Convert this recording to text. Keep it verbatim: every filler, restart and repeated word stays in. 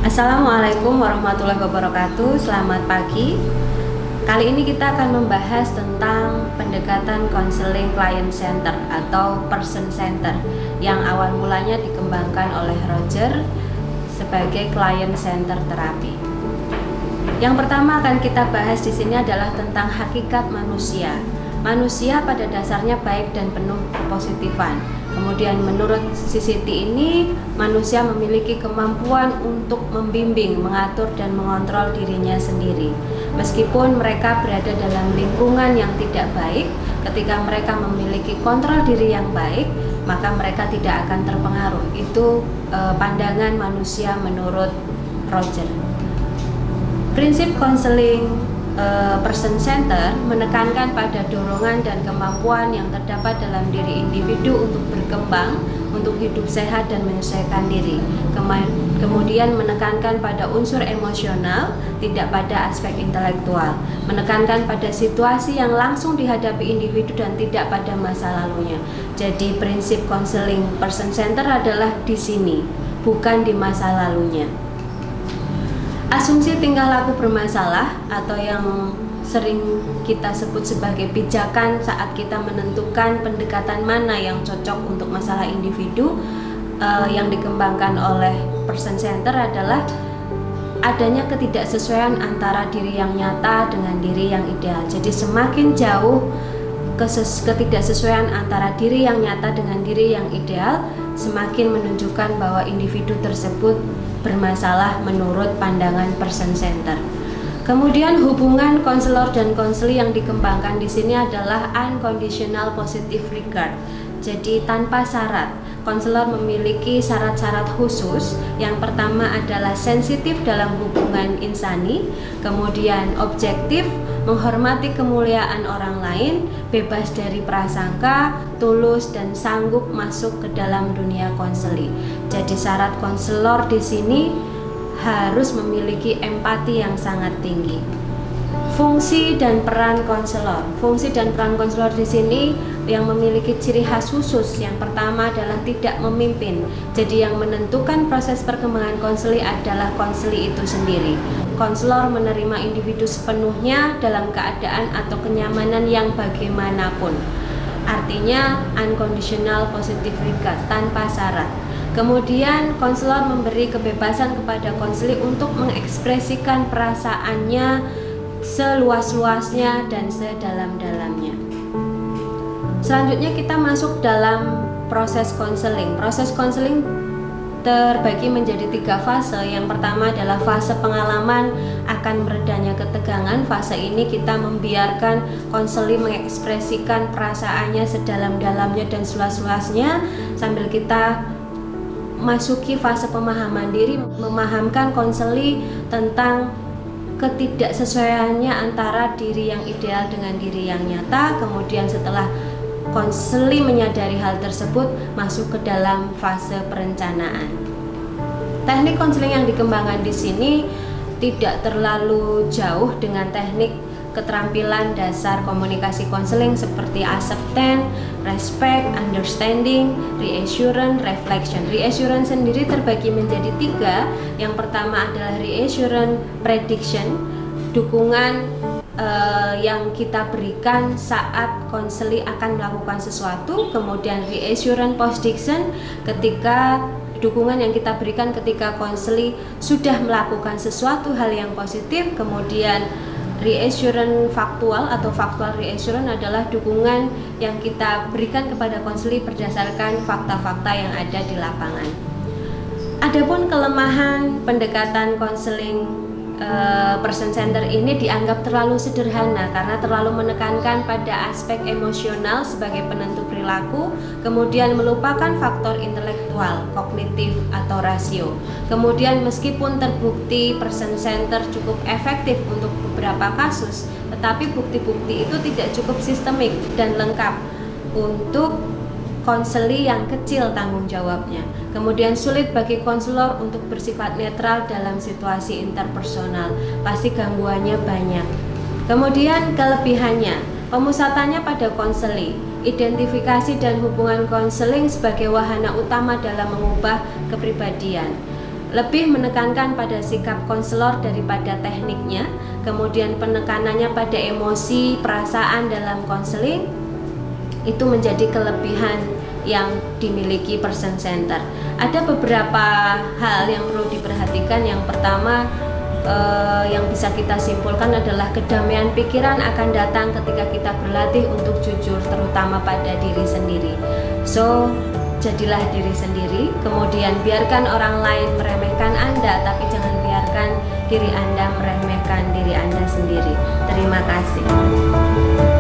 Assalamualaikum warahmatullahi wabarakatuh. Selamat pagi. Kali ini kita akan membahas tentang pendekatan konseling client center atau person center yang awal mulanya dikembangkan oleh Roger sebagai client center terapi. Yang pertama akan kita bahas di sini adalah tentang hakikat manusia. Manusia pada dasarnya baik dan penuh kepositifan. Kemudian menurut C C T ini, manusia memiliki kemampuan untuk membimbing, mengatur, dan mengontrol dirinya sendiri. Meskipun mereka berada dalam lingkungan yang tidak baik, ketika mereka memiliki kontrol diri yang baik, maka mereka tidak akan terpengaruh. Itu eh, pandangan manusia menurut Roger. Prinsip konseling Uh, person center menekankan pada dorongan dan kemampuan yang terdapat dalam diri individu untuk berkembang, untuk hidup sehat dan menyesuaikan diri. Kema- kemudian menekankan pada unsur emosional, tidak pada aspek intelektual. Menekankan pada situasi yang langsung dihadapi individu dan tidak pada masa lalunya. Jadi prinsip konseling person center adalah di sini, bukan di masa lalunya. Asumsi tingkah laku bermasalah atau yang sering kita sebut sebagai pijakan saat kita menentukan pendekatan mana yang cocok untuk masalah individu eh, yang dikembangkan oleh person center adalah adanya ketidaksesuaian antara diri yang nyata dengan diri yang ideal. Jadi semakin jauh keses- ketidaksesuaian antara diri yang nyata dengan diri yang ideal, semakin menunjukkan bahwa individu tersebut bermasalah menurut pandangan person center. Kemudian hubungan konselor dan konseli yang dikembangkan di sini adalah unconditional positive regard. Jadi tanpa syarat. Konselor memiliki syarat-syarat khusus. Yang pertama adalah sensitif dalam hubungan insani, kemudian objektif, menghormati kemuliaan orang lain, bebas dari prasangka, tulus, dan sanggup masuk ke dalam dunia konseli. Jadi syarat konselor di sini harus memiliki empati yang sangat tinggi. Fungsi dan peran konselor. Fungsi dan peran konselor di sini yang memiliki ciri khas khusus. Yang pertama adalah tidak memimpin. Jadi yang menentukan proses perkembangan konseli adalah konseli itu sendiri. Konselor menerima individu sepenuhnya dalam keadaan atau kenyamanan yang bagaimanapun. Artinya unconditional positive regard, tanpa syarat. Kemudian konselor memberi kebebasan kepada konseli untuk mengekspresikan perasaannya seluas-luasnya dan sedalam-dalamnya. Selanjutnya kita masuk dalam proses konseling. Proses konseling terbagi menjadi tiga fase. Yang pertama adalah fase pengalaman akan meredanya ketegangan. Fase ini kita membiarkan konseli mengekspresikan perasaannya sedalam-dalamnya dan seluas-luasnya sambil kita masuki fase pemahaman diri, memahamkan konseli tentang ketidaksesuaiannya antara diri yang ideal dengan diri yang nyata. Kemudian setelah konseli menyadari hal tersebut, masuk ke dalam fase perencanaan. Teknik konseling yang dikembangkan di sini tidak terlalu jauh dengan teknik keterampilan dasar komunikasi konseling seperti acceptance, respect, understanding, reassurance, reflection. Reassurance sendiri terbagi menjadi tiga. Yang pertama adalah reassurance prediction, dukungan uh, yang kita berikan saat konseli akan melakukan sesuatu. Kemudian reassurance post-diction, ketika dukungan yang kita berikan ketika konseli sudah melakukan sesuatu hal yang positif. Kemudian reassurance faktual atau faktual reassurance adalah dukungan yang kita berikan kepada konseli berdasarkan fakta-fakta yang ada di lapangan. Adapun kelemahan pendekatan konseling uh, person center ini dianggap terlalu sederhana karena terlalu menekankan pada aspek emosional sebagai penentu perilaku, kemudian melupakan faktor intelektual, kognitif atau rasio. Kemudian meskipun terbukti person center cukup efektif untuk beberapa kasus, tetapi bukti-bukti itu tidak cukup sistemik dan lengkap untuk konseli yang kecil tanggung jawabnya. Kemudian sulit bagi konselor untuk bersifat netral dalam situasi interpersonal, pasti gangguannya banyak. Kemudian kelebihannya, pemusatannya pada konseli, identifikasi dan hubungan konseling sebagai wahana utama dalam mengubah kepribadian. lebih menekankan pada sikap konselor daripada tekniknya, kemudian penekanannya pada emosi, perasaan dalam konseling, itu menjadi kelebihan yang dimiliki person center. Ada beberapa hal yang perlu diperhatikan. Yang pertama, eh, yang bisa kita simpulkan adalah kedamaian pikiran akan datang ketika kita berlatih untuk jujur, terutama pada diri sendiri. So, jadilah diri sendiri, kemudian biarkan orang lain meremehkan Anda, tapi jangan biarkan diri Anda meremehkan diri Anda sendiri. Terima kasih.